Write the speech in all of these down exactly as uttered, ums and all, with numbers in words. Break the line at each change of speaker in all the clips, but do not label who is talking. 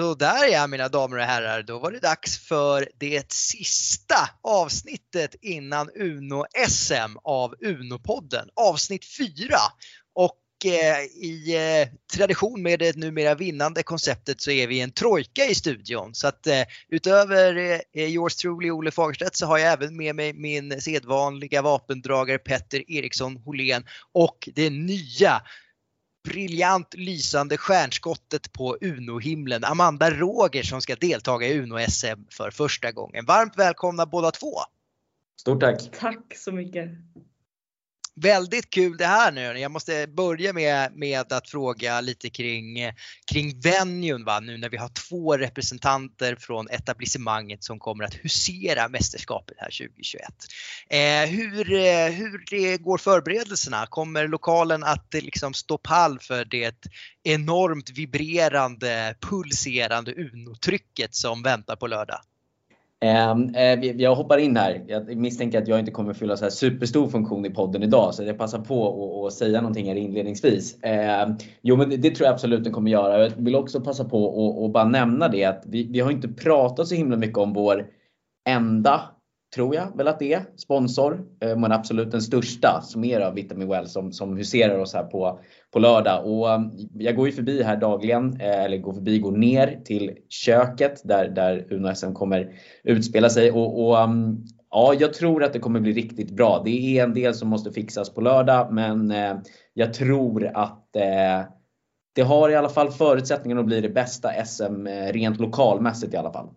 Så där är mina damer och herrar, då var det dags för det sista avsnittet innan Uno-S M av Uno-podden, avsnitt fyra. Och eh, i eh, tradition med det numera vinnande konceptet så är vi en trojka i studion. Så att eh, utöver eh, yours truly Olle Fagerstedt så har jag även med mig min sedvanliga vapendragare Petter Eriksson Holén och det nya briljant lysande stjärnskottet på Uno-himlen, Amanda Roger, som ska deltaga i Uno-S M för första gången. Varmt välkomna båda två.
Stort tack.
Tack så mycket.
Väldigt kul det här nu. Jag måste börja med, med att fråga lite kring, kring venuen, va? Nu när vi har två representanter från etablissemanget som kommer att husera mästerskapet här tjugohundratjugoett. Eh, hur, hur det går förberedelserna? Kommer lokalen att liksom stå pall för det enormt vibrerande, pulserande Uno-trycket som väntar på lördag?
Um, uh, jag hoppar in här. Jag misstänker att jag inte kommer fylla så här superstor funktion i podden idag, så jag passar på att säga någonting här inledningsvis. Uh, jo, men det, det tror jag absolut den kommer göra. Jag vill också passa på att bara nämna det att vi, vi har inte pratat så himla mycket om vår enda, tror jag väl att det är, sponsor, men absolut den största, som är av Vitamin Well, som, som huserar oss här på, på lördag. Och jag går ju förbi här dagligen, eller går förbi, går ner till köket där, där Uno-S M kommer utspela sig. Och, och ja, jag tror att det kommer bli riktigt bra. Det är en del som måste fixas på lördag, men eh, jag tror att eh, det har i alla fall förutsättningar att bli det bästa S M rent lokalmässigt i alla fall.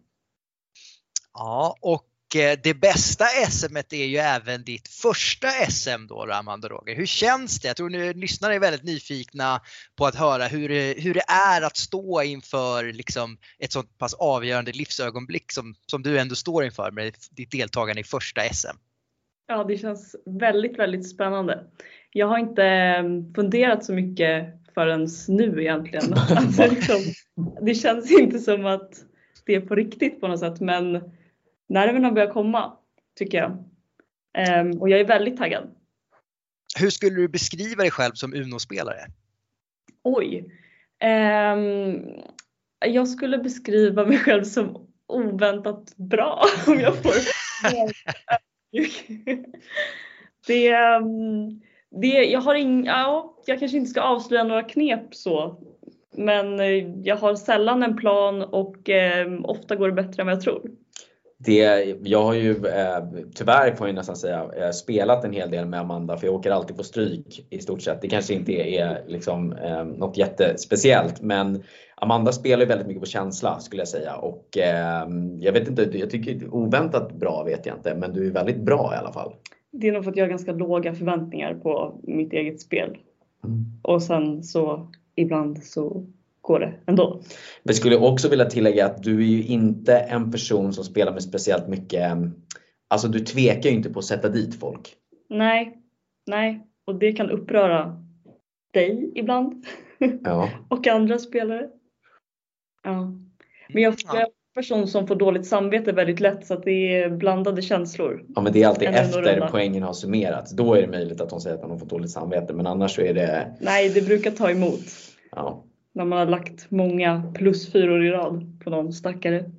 Ja, och det bästa S M:et är ju även ditt första S M då, Amanda Roger. Hur känns det? Jag tror ni lyssnare är väldigt nyfikna på att höra hur, hur det är att stå inför liksom ett sånt pass avgörande livsögonblick som, som du ändå står inför med ditt deltagande i första S M.
Ja, det känns väldigt, väldigt spännande. Jag har inte funderat så mycket förrän nu egentligen. Alltså, liksom, det känns inte som att det är på riktigt på något sätt, men nerverna börjar komma, tycker jag. Um, och jag är väldigt taggad.
Hur skulle du beskriva dig själv som Uno-spelare?
Oj. Um, jag skulle beskriva mig själv som oväntat bra, om jag får. det, um, det, jag har ing, ja, jag kanske inte ska avslöja några knep så. Men jag har sällan en plan och um, ofta går det bättre än vad jag tror.
Det, jag har ju eh, tyvärr får jag nästan säga eh, spelat en hel del med Amanda, för jag åker alltid på stryk i stort sett. Det kanske inte är, är liksom, eh, något jättespeciellt, men Amanda spelar ju väldigt mycket på känsla, skulle jag säga. Och eh, jag vet inte, jag tycker oväntat bra vet jag inte, men du är väldigt bra i alla fall.
Det är nog för att jag har ganska låga förväntningar på mitt eget spel. Mm. Och sen så ibland så går det ändå.
Jag skulle också vilja tillägga att du är ju inte en person som spelar med speciellt mycket, alltså du tvekar ju inte på att sätta dit folk.
Nej, nej. Och det kan uppröra dig ibland.
Ja.
Och andra spelare. Ja. Men jag är en person som får dåligt samvete väldigt lätt, så att det är blandade känslor.
Ja, men det är alltid efter poängen har summerats. Då är det möjligt att hon säger att hon har fått dåligt samvete, men annars så är det...
Nej, det brukar ta emot.
Ja.
När man har lagt många plusfyror i rad på någon stackare.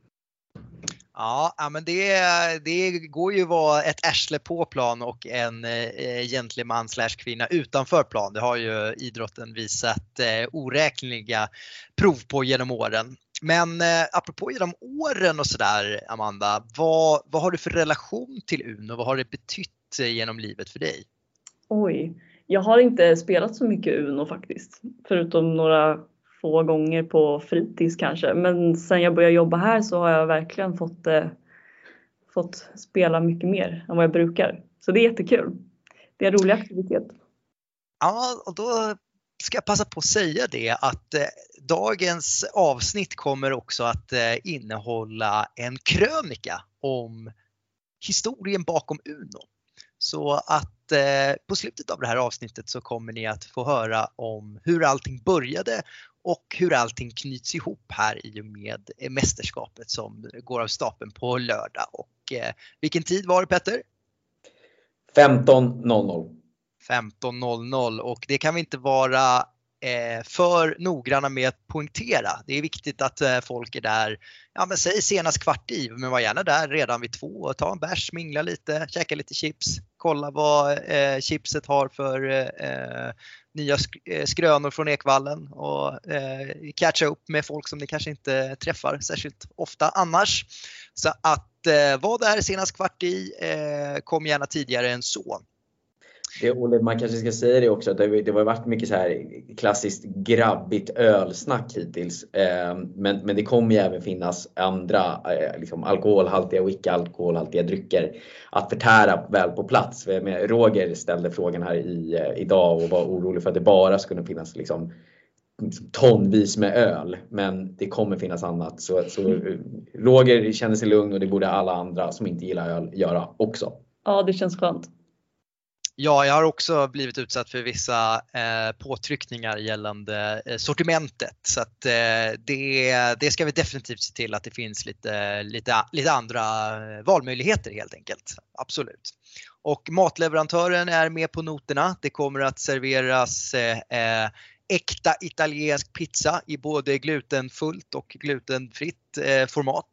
Ja, men det, det går ju att vara ett ärsle på plan och en eh, gentleman slash kvinna utanför plan. Det har ju idrotten visat eh, oräkneliga prov på genom åren. Men eh, apropå genom åren och sådär, Amanda, vad, vad har du för relation till Uno? Vad har det betytt eh, genom livet för dig?
Oj, jag har inte spelat så mycket Uno faktiskt. Förutom några få gånger på fritids kanske. Men sen jag började jobba här så har jag verkligen fått, eh, fått spela mycket mer än vad jag brukar. Så det är jättekul. Det är en rolig aktivitet.
Ja, och då ska jag passa på att säga det att eh, dagens avsnitt kommer också att eh, innehålla en krönika om historien bakom Uno. Så att eh, på slutet av det här avsnittet så kommer ni att få höra om hur allting började och hur allting knyts ihop här i och med mästerskapet som går av stapeln på lördag. Och eh, vilken tid var det, Petter?
femton noll noll.
femton noll noll, och det kan vi inte vara eh, för noggranna med att poängtera. Det är viktigt att eh, folk är där, ja men säg senast kvart i, men var gärna där redan vid två och ta en bärs, mingla lite, käka lite chips, kolla vad eh, chipset har för eh, nya sk- skrönor från Ekvallen och eh, catcha upp med folk som ni kanske inte träffar särskilt ofta annars. Så att eh, var där senast kvart i, eh, kom gärna tidigare än så.
Det, Olle, man kanske ska säga det också, att det, det har varit mycket så här klassiskt grabbigt ölsnack hittills. Eh, men, men det kommer ju även finnas andra eh, liksom alkoholhaltiga och icke-alkoholhaltiga drycker att förtära väl på plats. Med Roger ställde frågan här i, eh, idag och var orolig för att det bara skulle finnas liksom tonvis med öl, men det kommer finnas annat. Så, så Roger känner sig lugn och det borde alla andra som inte gillar öl göra också.
Ja, det känns skönt.
Ja, jag har också blivit utsatt för vissa eh, påtryckningar gällande eh, sortimentet. Så att, eh, det, det ska vi definitivt se till att det finns lite, lite, lite andra valmöjligheter helt enkelt. Absolut. Och matleverantören är med på noterna. Det kommer att serveras eh, äkta italiensk pizza i både glutenfullt och glutenfritt eh, format.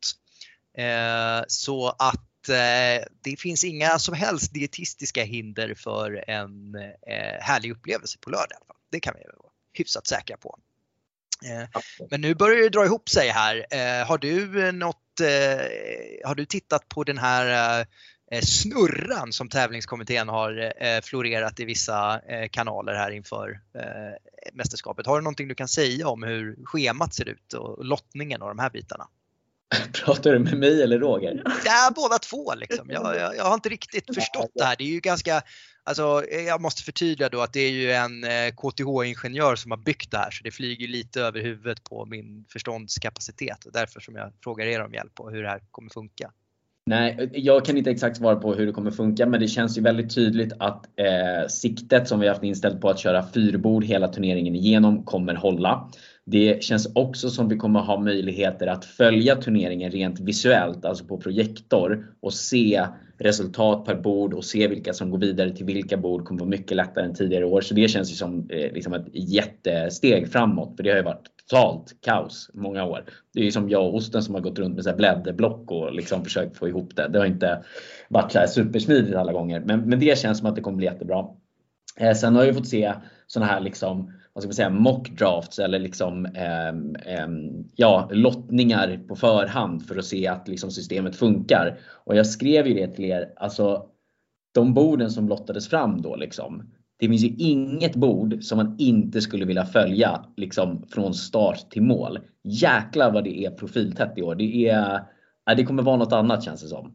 Eh, så att det finns inga som helst dietistiska hinder för en eh, härlig upplevelse på lördag. Det kan vi vara hyfsat säkra på. Eh, men nu börjar det dra ihop sig här. Eh, har du något, eh, har du tittat på den här eh, snurran som tävlingskommittén har eh, florerat i vissa eh, kanaler här inför eh, mästerskapet? Har du någonting du kan säga om hur schemat ser ut och lottningen och de här bitarna?
Pratar du med mig eller Roger?
Ja, båda två liksom. Jag, jag, jag har inte riktigt förstått det här. Det är ju ganska, alltså jag måste förtydliga då att det är ju en eh, K T H-ingenjör som har byggt det här, så det flyger lite över huvudet på min förståndskapacitet och därför som jag frågar er om hjälp på hur det här kommer funka.
Nej, jag kan inte exakt svara på hur det kommer funka, men det känns ju väldigt tydligt att eh, siktet som vi har haft inställt på att köra fyrbord hela turneringen igenom kommer hålla. Det känns också som vi kommer ha möjligheter att följa turneringen rent visuellt, alltså på projektor, och se resultat per bord och se vilka som går vidare till vilka bord kommer vara mycket lättare än tidigare år. Så det känns ju som eh, liksom ett jättesteg framåt, för det har ju varit totalt kaos många år. Det är ju som jag och Osten som har gått runt med så här blädderblock och liksom försökt få ihop det. Det har inte varit så här supersmidigt alla gånger, men, men det känns som att det kommer bli jättebra. Eh, sen har jag fått se såna här liksom, vad ska man säga, mock drafts eller liksom eh, eh, ja, lottningar på förhand för att se att liksom systemet funkar. Och jag skrev ju det till er, alltså de borden som lottades fram då liksom, det finns ju inget bord som man inte skulle vilja följa liksom från start till mål. Jäklar vad det är profiltätt i år. Det är, ja, det kommer vara något annat känns det som.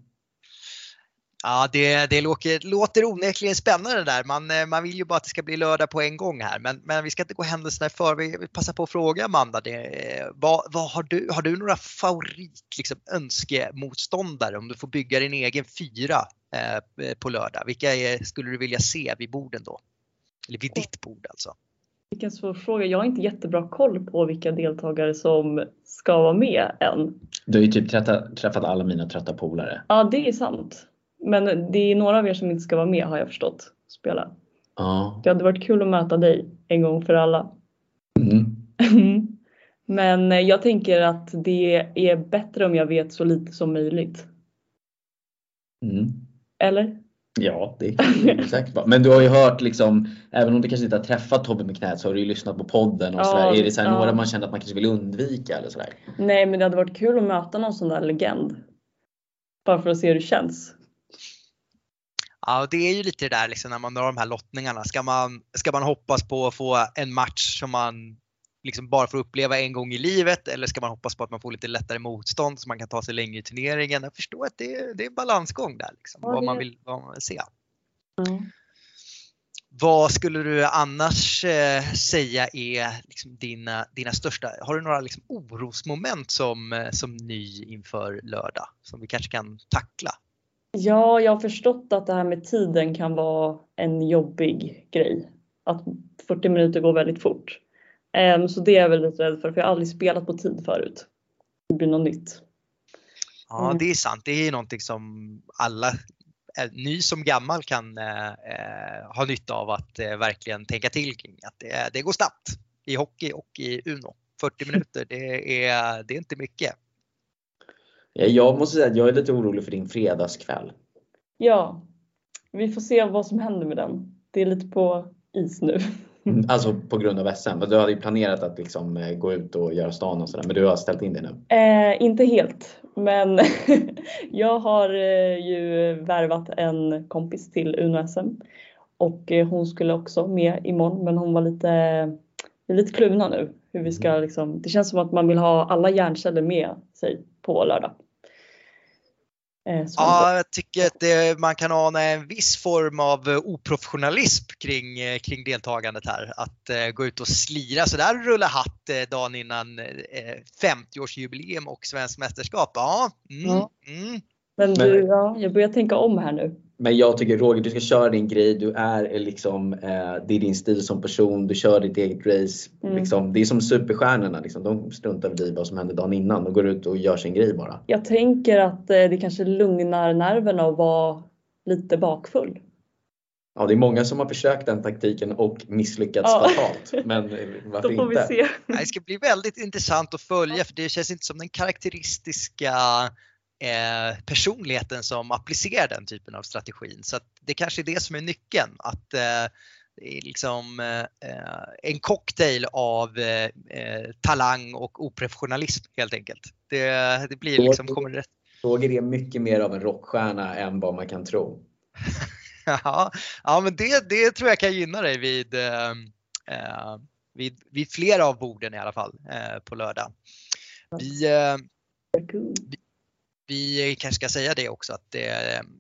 Ja, det, det låter, låter onekligen spännande där. Man, man vill ju bara att det ska bli lördag på en gång här. Men, men vi ska inte gå händelserna för. Vi vill passa på att fråga Amanda. Det, vad, vad har, du, har du några favorit liksom, önskemotståndare om du får bygga din egen fyra eh, på lördag? Vilka är, skulle du vilja se vid borden då? Eller vid ditt bord alltså?
Vilken svår fråga. Jag har inte jättebra koll på vilka deltagare som ska vara med än.
Du har ju typ träffat, träffat alla mina trötta polare.
Ja, det är sant. Men det är några av er som inte ska vara med, har jag förstått, spela.
Ja.
Det hade varit kul att möta dig en gång för alla.
Mm.
Men jag tänker att det är bättre om jag vet så lite som möjligt.
Mm.
Eller?
Ja, det är säkert bra. Men du har ju hört liksom, även om du kanske inte har träffat Tobbe med knät, så har du ju lyssnat på podden och
ja,
sådär. Är det så här
ja.
några man känner att man kanske vill undvika eller sådär?
Nej, men det hade varit kul att möta någon sån där legend. Bara för att se hur det känns.
Ja, det är ju lite det där liksom, när man drar de här lottningarna. Ska man, ska man hoppas på att få en match som man liksom bara får uppleva en gång i livet, eller ska man hoppas på att man får lite lättare motstånd så man kan ta sig längre i turneringen? Jag förstår att det är, det är en balansgång där. Liksom, ja, vad, man vill, vad man vill se.
Mm.
Vad skulle du annars eh, säga är liksom dina, dina största, har du några liksom orosmoment som, eh, som ny inför lördag som vi kanske kan tackla?
Ja, jag har förstått att det här med tiden kan vara en jobbig grej. Att fyrtio minuter går väldigt fort. Um, så det är jag väl lite rädd för, för jag har aldrig spelat på tid förut. Det blir något nytt.
Ja, det är sant. Det är någonting som alla, ny som gammal, kan eh, ha nytta av att eh, verkligen tänka till kring. Att det, det går snabbt. i hockey och i Uno. fyrtio minuter, det är, det är inte mycket.
Jag måste säga att jag är lite orolig för din fredagskväll.
Ja, vi får se vad som händer med den. Det är lite på is nu.
Alltså på grund av S M. Du hade ju planerat att liksom gå ut och göra stan och sådär. Men du har ställt in det nu.
Eh, inte helt. Men jag har eh, ju värvat en kompis till Uno S M. Och eh, hon skulle också med imorgon. Men hon var lite, lite kluvna nu. Hur vi ska, liksom, det känns som att man vill ha alla hjärnceller med sig på lördag.
Ja, jag tycker att det, man kan ana en viss form av oprofessionalism kring, kring deltagandet här. Att uh, gå ut och slira så där, rulla hatt uh, dagen innan uh, femtio-årsjubileum och svensk mästerskap. Ja, mm,
ja.
Mm.
Men du, ja, jag börjar tänka om här nu.
Men jag tycker Roger, du ska köra din grej. Du är liksom, eh, det är din stil som person. Du kör ditt eget race. Mm. Liksom, det är som superstjärnorna. Liksom. De struntar väl i vad som händer dagen innan. De går ut och gör sin grej bara.
Jag tänker att eh, det kanske lugnar nerverna att vara lite bakfull.
Ja, det är många som har försökt den taktiken och misslyckats ja. fatalt. Men varför
Då får
inte?
Vi se.
Det ska bli väldigt intressant att följa. För det känns inte som den karaktäristiska Eh, personligheten som applicerar den typen av strategin. Så att det kanske är det som är nyckeln. Att eh, det är liksom eh, en cocktail av eh, talang och oprofessionalism helt enkelt. Det, det blir liksom, kommer rätt.
Roger är mycket mer av en rockstjärna än vad man kan tro.
ja, ja, men det, det tror jag kan gynna dig vid, eh, vid, vid flera av borden i alla fall eh, på lördag. Vi, eh, vi Vi kanske ska säga det också att det,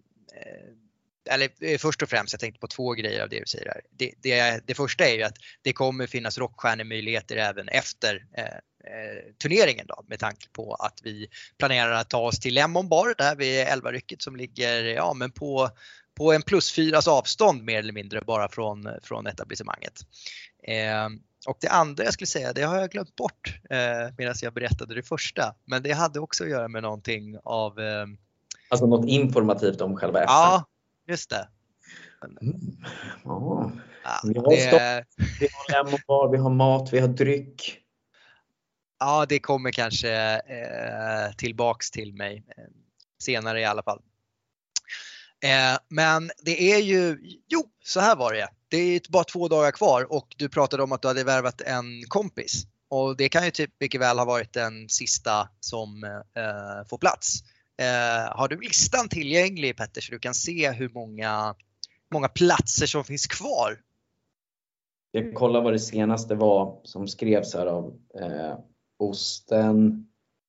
eller först och främst, jag tänkte på två grejer av det du säger här. Det, det, det första är ju att det kommer finnas rockstjärnemöjligheter även efter eh, turneringen då, med tanke på att vi planerar att ta oss till Lemon Bar där vid Älvarycket som ligger ja, men på, på en plus fyras avstånd mer eller mindre bara från, från etablissemanget. Eh, Och det andra jag skulle säga, det har jag glömt bort eh, medan jag berättade det första. Men det hade också att göra med någonting av... Eh...
Alltså något informativt om själva S M.
Ja, just det.
Mm. Ja.
Ja,
vi har
det...
stopp, vi har Lemon Bar, vi har mat, vi har dryck.
Ja, det kommer kanske eh, tillbaks till mig eh, senare i alla fall. Eh, men det är ju, jo så här var det. Det är bara två dagar kvar och du pratade om att du hade värvat en kompis. Och det kan ju typ mycket väl ha varit den sista som eh, får plats. Eh, har du listan tillgänglig Petter så du kan se hur många, många platser som finns kvar?
Jag kollar vad det senaste var som skrevs här av eh, Osten.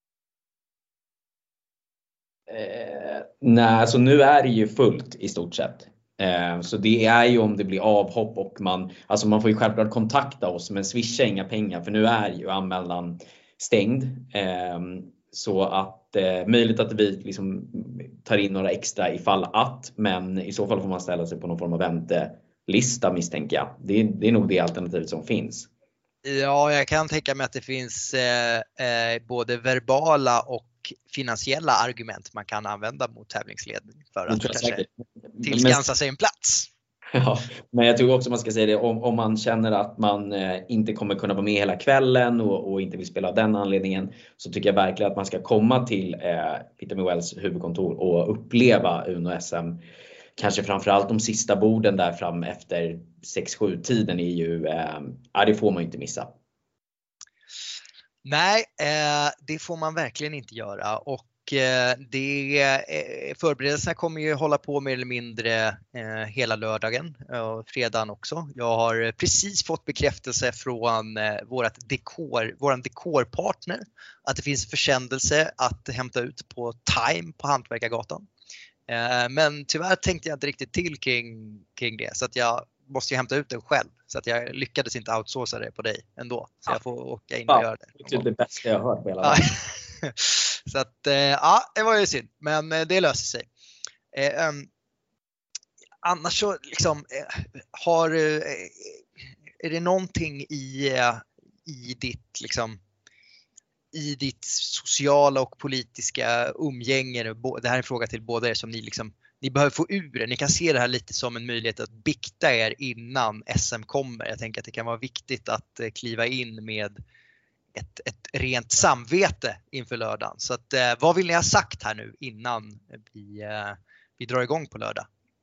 Eh, nej, alltså nu är det ju fullt i stort sett. Eh, så det är ju om det blir avhopp och man, alltså man får ju självklart kontakta oss men swisha inga pengar för nu är ju anmälan stängd. Eh, så att eh, möjligt att vi liksom tar in några extra ifall att, men i så fall får man ställa sig på någon form av väntelista misstänker jag. Det, det är nog det alternativet som finns.
Ja, jag kan tänka mig att det finns eh, eh, både verbala och finansiella argument man kan använda mot tävlingsledning för att kanske tillskansa sig en plats.
Ja, men jag tror också man ska säga det om, om man känner att man eh, inte kommer kunna vara med hela kvällen och, och inte vill spela av den anledningen, så tycker jag verkligen att man ska komma till eh, Vitamin Wells huvudkontor och uppleva Uno S M. Kanske framförallt de sista borden där fram efter sex sju tiden är ju, eh, ja, det får man ju inte missa.
Nej, eh, det får man verkligen inte göra och eh, det, eh, förberedelserna kommer ju hålla på mer eller mindre eh, hela lördagen och fredagen också. Jag har precis fått bekräftelse från eh, vårat dekor, våran dekorpartner att det finns försändelse att hämta ut på Time på Hantverkargatan. Eh, men tyvärr tänkte jag inte riktigt till kring, kring det så att jag måste ju hämta ut den själv. Så att jag lyckades inte outsourca det på dig ändå. Så jag får åka in och ja, göra det.
Det är det bästa jag har hört på hela världen.
Så att, ja, det var ju synd. Men det löser sig. Eh, um, annars så liksom, har, är det någonting i, i ditt liksom, i ditt sociala och politiska umgänge, det här är en fråga till båda er som ni liksom ni behöver få ur det. Ni kan se det här lite som en möjlighet att bikta er innan S M kommer. Jag tänker att det kan vara viktigt att eh, kliva in med ett, ett rent samvete inför lördagen. Så att, eh, vad vill ni ha sagt här nu innan vi, eh, vi drar igång på lördag?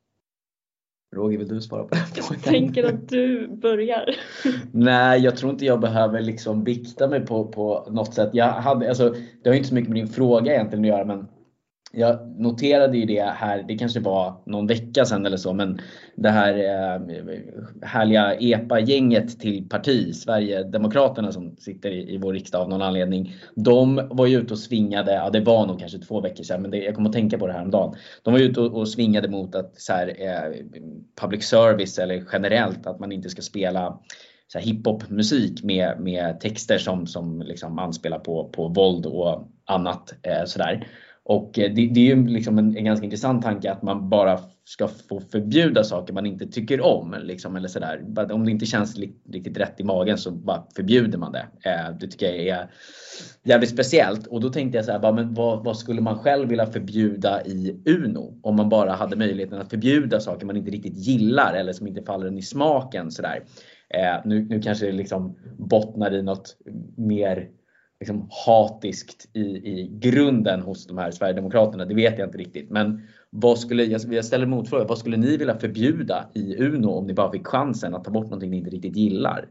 Roger, vill du svara på det?
Jag tänker att du börjar.
Nej, jag tror inte jag behöver liksom bikta mig på, på något sätt. Jag hade, alltså, det har ju inte så mycket med din fråga egentligen att göra, men jag noterade ju det här, det kanske var någon vecka sedan eller så, men det här eh, härliga E P A-gänget till parti, Sverigedemokraterna som sitter i, i vår riksdag av någon anledning, de var ju ute och svingade, ja det var nog kanske två veckor sedan, men det, jag kommer att tänka på det här om dagen. De var ute och, och svingade mot att så här, eh, public service eller generellt att man inte ska spela så här hiphop-musik med, med texter som, som liksom anspelar på, på våld och annat eh, sådär. Och det, det är ju liksom en, en ganska intressant tanke att man bara ska få förbjuda saker man inte tycker om. Liksom, eller sådär. Om det inte känns riktigt rätt i magen så bara förbjuder man det. Eh, det tycker jag är jävligt speciellt. Och då tänkte jag så här, bara, men vad, vad skulle man själv vilja förbjuda i Uno? Om man bara hade möjligheten att förbjuda saker man inte riktigt gillar eller som inte faller en i smaken. Sådär. Eh, nu, nu kanske det liksom bottnar i något mer liksom hatiskt i, i grunden hos de här Sverigedemokraterna, det vet jag inte riktigt, men vad skulle, jag, jag ställer motfråga, vad skulle ni vilja förbjuda i Uno om ni bara fick chansen att ta bort någonting ni inte riktigt gillar?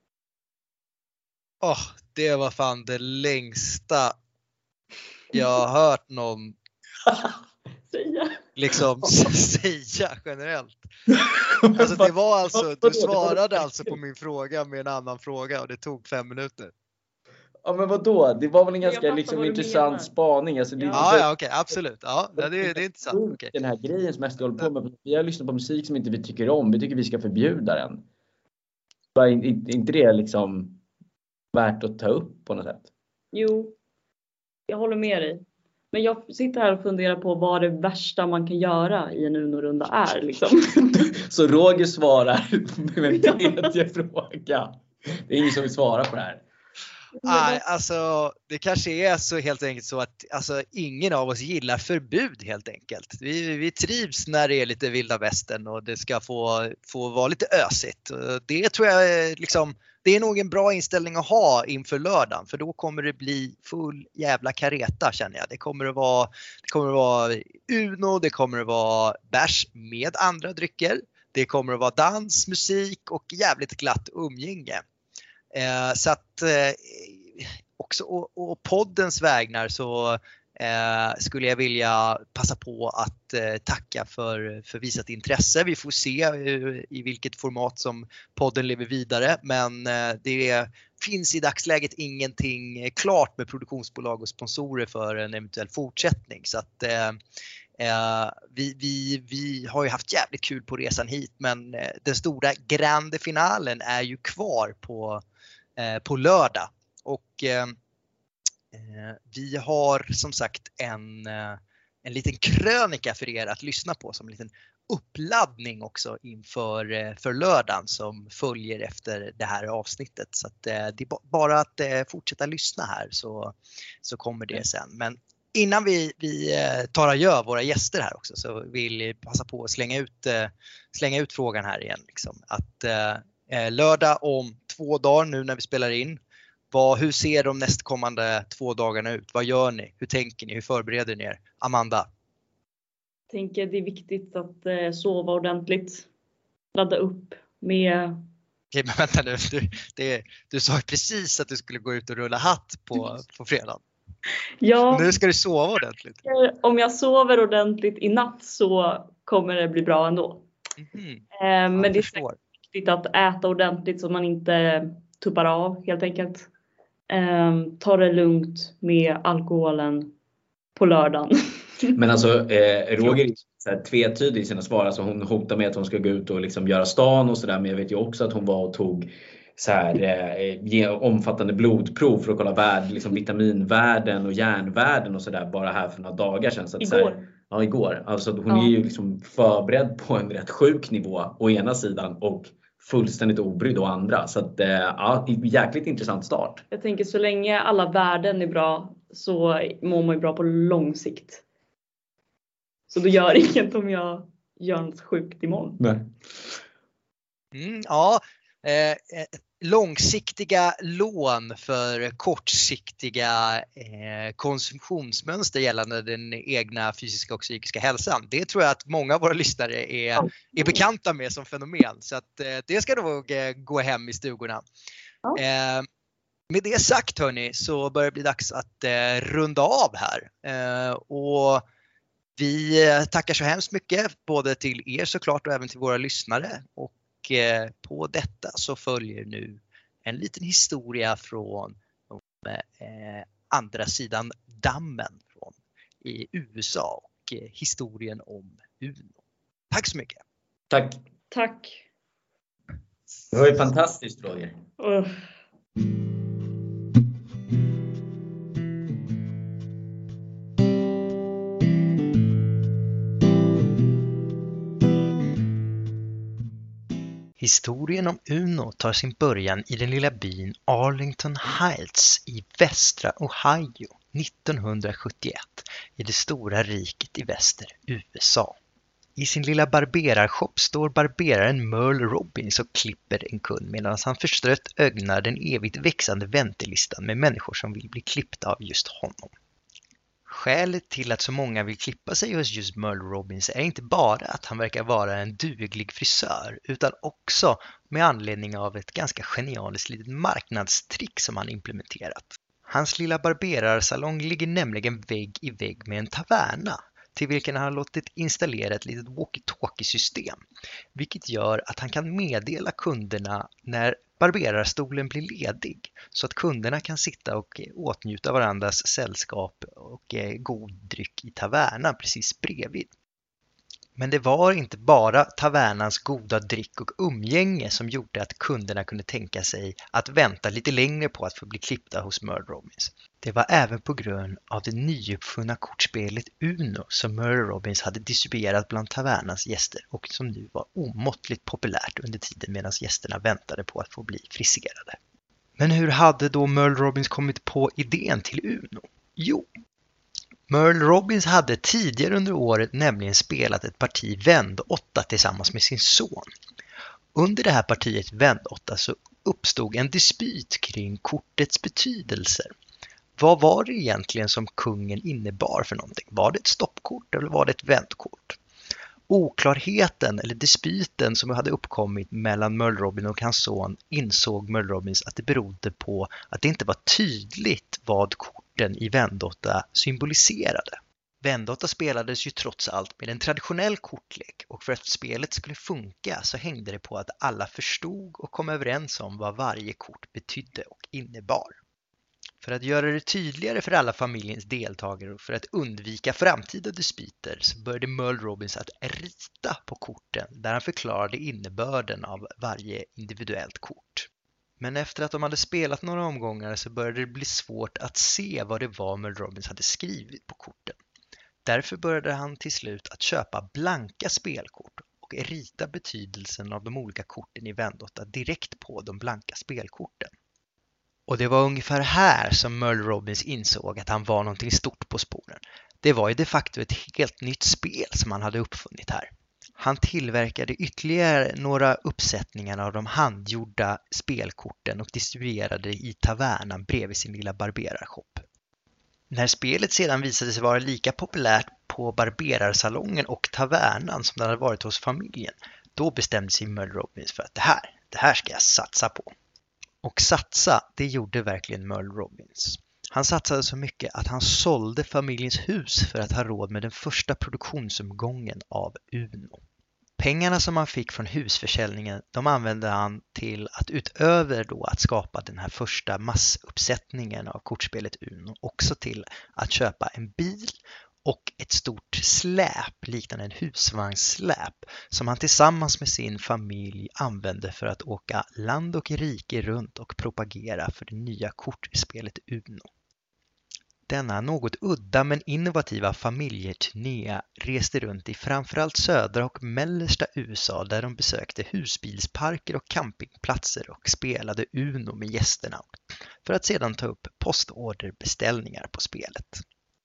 Åh, oh, det var fan det längsta jag har hört någon
säga.
liksom säga generellt. Alltså det var alltså, du svarade alltså på min fråga med en annan fråga och det tog fem minuter.
Ja men vadå? Det var väl en ganska liksom, intressant menar. spaning. Alltså, det,
ja,
det,
ja okej, okay, absolut. Ja, det, det, det är intressant. Okay.
Den här grejen som jag håller på med. Vi har lyssnat på musik som inte vi tycker om. Vi tycker vi ska förbjuda den. Är inte det liksom värt att ta upp på något sätt?
Jo, jag håller med dig. Men jag sitter här och funderar på vad det värsta man kan göra i en Uno-runda är. Liksom.
Så Roger svarar med en tredje fråga. Det är ingen som vill svara på det här.
Nej, alltså det kanske är så helt enkelt så att alltså, ingen av oss gillar förbud helt enkelt. Vi, vi trivs när det är lite vilda västern och det ska få, få vara lite ösigt. Det tror jag är, liksom, det är nog en bra inställning att ha inför lördagen, för då kommer det bli full jävla kareta känner jag. Det kommer att vara, det kommer att vara Uno, det kommer att vara bärs med andra drycker. Det kommer att vara dans, musik och jävligt glatt umgänge. Eh, så att eh, också och, och poddens vägnar så eh, skulle jag vilja passa på att eh, tacka för, för visat intresse. Vi får se eh, i vilket format som podden lever vidare, men eh, det finns i dagsläget ingenting klart med produktionsbolag och sponsorer för en eventuell fortsättning. Så att eh, Eh, vi, vi, vi har ju haft jävligt kul på resan hit, men eh, den stora grande finalen är ju kvar på, eh, på lördag. Och eh, vi har som sagt en, eh, en liten krönika för er att lyssna på som en liten uppladdning också inför eh, för lördagen som följer efter det här avsnittet. Så att, eh, det är bara att eh, fortsätta lyssna här så, så kommer det sen. Men innan vi, vi tar och gör våra gäster här också så vill jag passa på att slänga ut, slänga ut frågan här igen. Liksom. Att eh, lördag om två dagar nu när vi spelar in, vad, hur ser de nästkommande två dagarna ut? Vad gör ni? Hur tänker ni? Hur förbereder ni er? Amanda?
Jag tänker det är viktigt att eh, sova ordentligt. Ladda upp med...
Okej, men vänta nu. Du, det, du sa precis att du skulle gå ut och rulla hatt på, på fredag.
Ja,
nu ska du sova ordentligt.
Om jag sover ordentligt i natt så kommer det bli bra ändå. Mm-hmm. eh, men det är viktigt att äta ordentligt så man inte tuppar av helt enkelt. Eh, ta det lugnt med alkoholen på lördagen.
Men alltså eh, Roger är tvetydig i sina svar. Alltså hon hotar med att hon ska gå ut och liksom göra stan och sådär. Men jag vet ju också att hon var och tog så här, eh, omfattande blodprov för att kolla värd, liksom vitaminvärden och järnvärden och sådär bara här för några dagar sedan. Så att,
igår.
Så här, ja, igår. Alltså hon
ja.
är ju liksom förberedd på en rätt sjuk nivå å ena sidan och fullständigt obrydd å andra. Så att, eh, ja, jäkligt intressant start.
Jag tänker så länge alla värden är bra så mår man ju bra på lång sikt. Så det gör inget om jag gör något sjukt imorgon.
Nej.
Mm, ja, eh, långsiktiga lån för kortsiktiga eh, konsumtionsmönster gällande den egna fysiska och psykiska hälsan. Det tror jag att många av våra lyssnare är, är bekanta med som fenomen. Så att, eh, det ska nog eh, gå hem i stugorna.
Ja.
Eh, med det sagt hörni, så börjar det bli dags att eh, runda av här. Eh, och vi tackar så hemskt mycket både till er såklart och även till våra lyssnare. Och på detta så följer nu en liten historia från eh, andra sidan dammen från i U S A och eh, historien om Uno. Tack så mycket.
Tack.
Tack.
Det var ju fantastiskt, Roger.
Uh.
Historien om Uno tar sin början i den lilla byn Arlington Heights i västra Ohio nittonhundrasjuttioett i det stora riket i väster U S A. I sin lilla barberarshop står barberaren Merle Robbins och klipper en kund medan han förstrött ögnar den evigt växande väntelistan med människor som vill bli klippta av just honom. Skälet till att så många vill klippa sig hos just Merle Robbins är inte bara att han verkar vara en duglig frisör utan också med anledning av ett ganska genialiskt litet marknadstrick som han implementerat. Hans lilla barberarsalong ligger nämligen vägg i vägg med en taverna till vilken han har låtit installera ett litet walkie-talkie-system, vilket gör att han kan meddela kunderna när barberarstolen blir ledig så att kunderna kan sitta och åtnjuta varandras sällskap och god dryck i tavernan precis bredvid. Men det var inte bara tavernans goda dryck och umgänge som gjorde att kunderna kunde tänka sig att vänta lite längre på att få bli klippta hos Merle Robbins. Det var även på grund av det nyuppfunna kortspelet Uno som Merle Robbins hade distribuerat bland tavernans gäster och som nu var omåttligt populärt under tiden medan gästerna väntade på att få bli friserade. Men hur hade då Merle Robbins kommit på idén till Uno? Jo, Merle Robbins hade tidigare under året nämligen spelat ett parti vänd åtta tillsammans med sin son. Under det här partiet vänd åtta så uppstod en dispyt kring kortets betydelser. Vad var det egentligen som kungen innebar för någonting? Var det ett stoppkort eller var det ett vändkort? Oklarheten eller dispyten som hade uppkommit mellan Merle Robbins och hans son insåg Merle Robbins att det berodde på att det inte var tydligt vad korten i vändåtta symboliserade. Vändåtta spelades ju trots allt med en traditionell kortlek och för att spelet skulle funka så hängde det på att alla förstod och kom överens om vad varje kort betydde och innebar. För att göra det tydligare för alla familjens deltagare och för att undvika framtida dispyter så började Merle Robbins att rita på korten där han förklarade innebörden av varje individuellt kort. Men efter att de hade spelat några omgångar så började det bli svårt att se vad det var Merle Robbins hade skrivit på korten. Därför började han till slut att köpa blanka spelkort och rita betydelsen av de olika korten i vändåtta direkt på de blanka spelkorten. Och det var ungefär här som Merle Robbins insåg att han var någonting stort på spåren. Det var ju de facto ett helt nytt spel som han hade uppfunnit här. Han tillverkade ytterligare några uppsättningar av de handgjorda spelkorten och distribuerade i tavernan bredvid sin lilla barberarshop. När spelet sedan visade sig vara lika populärt på barberarsalongen och tavernan som det hade varit hos familjen, då bestämde sig Merle Robbins för att det här, det här ska jag satsa på. Och satsa, det gjorde verkligen Merle Robbins. Han satsade så mycket att han sålde familjens hus för att ha råd med den första produktionsomgången av Uno. Pengarna som han fick från husförsäljningen, de använde han till att utöver då att skapa den här första massuppsättningen av kortspelet Uno också till att köpa en bil och ett stort släp liknande en husvagnssläp som han tillsammans med sin familj använde för att åka land och rike runt och propagera för det nya kortspelet Uno. Denna något udda men innovativa familjeturné reste runt i framförallt södra och mellersta U S A där de besökte husbilsparker och campingplatser och spelade Uno med gästerna för att sedan ta upp postorderbeställningar på spelet.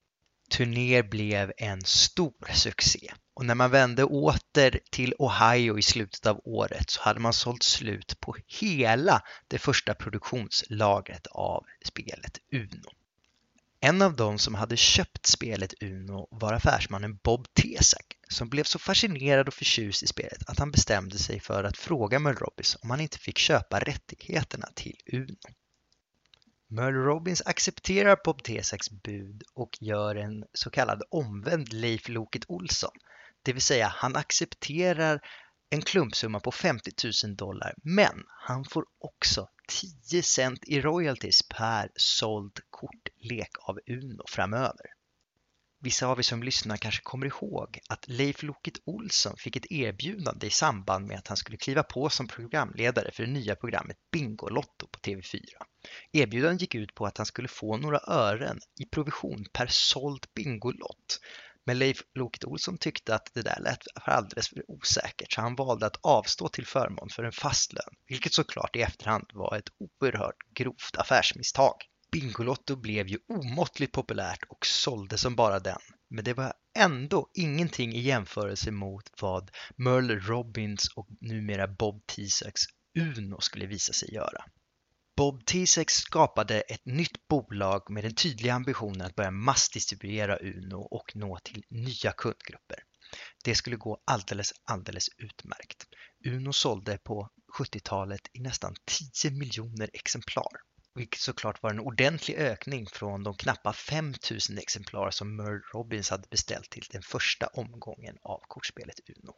turné blev en stor succé. Och när man vände åter till Ohio i slutet av året så hade man sålt slut på hela det första produktionslagret av spelet Uno. En av dem som hade köpt spelet Uno var affärsmannen Bob Tesak, som blev så fascinerad och förtjust i spelet att han bestämde sig för att fråga Merle Robbins om han inte fick köpa rättigheterna till Uno. Merle Robbins accepterar Bob Tesaks bud och gör en så kallad omvänd Leif Loket Olsson. Det vill säga han accepterar en klumpsumma på femtio tusen dollar, men han får också tio cent i royalties per såld kortlek av Uno framöver. Vissa av er som lyssnar kanske kommer ihåg att Leif Loket Olsson fick ett erbjudande i samband med att han skulle kliva på som programledare för det nya programmet Bingolotto på T V fyra. Erbjudandet gick ut på att han skulle få några ören i provision per såld bingolott. Men Leif Loket Olsson tyckte att det där lät alldeles för osäkert så han valde att avstå till förmån för en fast lön, vilket såklart i efterhand var ett oerhört grovt affärsmisstag. Bingolotto blev ju omåttligt populärt och sålde som bara den, men det var ändå ingenting i jämförelse mot vad Merle Robbins och numera Bob Tesaks Uno skulle visa sig göra. Bob Tesak skapade ett nytt bolag med den tydliga ambitionen att börja massdistribuera Uno och nå till nya kundgrupper. Det skulle gå alldeles, alldeles utmärkt. Uno sålde på sjuttiotalet i nästan tio miljoner exemplar, vilket såklart var en ordentlig ökning från de knappa fem tusen exemplar som Merle Robbins hade beställt till den första omgången av kortspelet Uno.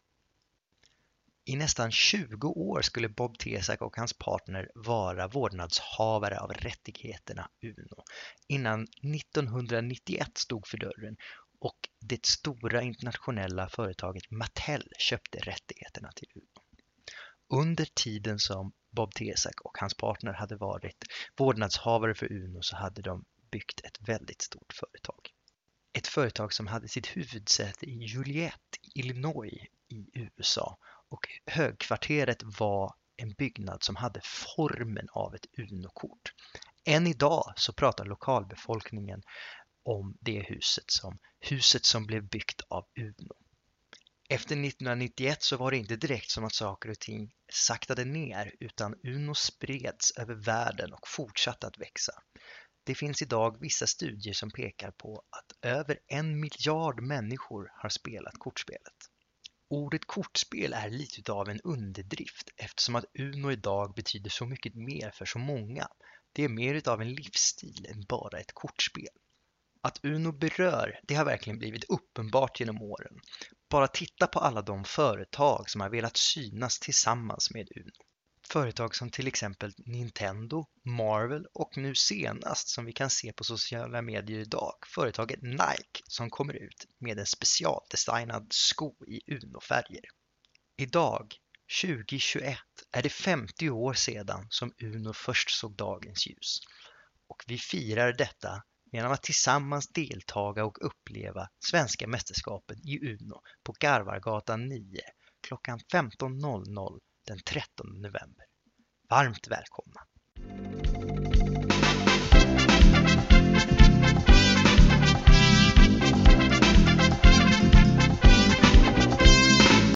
I nästan tjugo år skulle Bob Tesak och hans partner vara vårdnadshavare av rättigheterna Uno, innan nittonhundranittioett stod för dörren och det stora internationella företaget Mattel köpte rättigheterna till Uno. Under tiden som Bob Tesak och hans partner hade varit vårdnadshavare för Uno så hade de byggt ett väldigt stort företag. Ett företag som hade sitt huvudsäte i Joliet, Illinois i U S A. Och högkvarteret var en byggnad som hade formen av ett Uno-kort. Än idag så pratar lokalbefolkningen om det huset som huset som blev byggt av Uno. Efter nittonhundranittioett så var det inte direkt som att saker och ting saktade ner utan Uno spreds över världen och fortsatte att växa. Det finns idag vissa studier som pekar på att över en miljard människor har spelat kortspelet. Ordet kortspel är lite av en underdrift eftersom att Uno idag betyder så mycket mer för så många. Det är mer utav en livsstil än bara ett kortspel. Att Uno berör, det har verkligen blivit uppenbart genom åren. Bara titta på alla de företag som har velat synas tillsammans med Uno. Företag som till exempel Nintendo, Marvel och nu senast som vi kan se på sociala medier idag, företaget Nike som kommer ut med en specialdesignad sko i Uno-färger. Idag, tjugohundratjugoett, är det femtio år sedan som Uno först såg dagens ljus. Och vi firar detta genom att tillsammans deltaga och uppleva svenska mästerskapen i Uno på Garvargatan nio klockan femton den trettonde november. Varmt välkomna!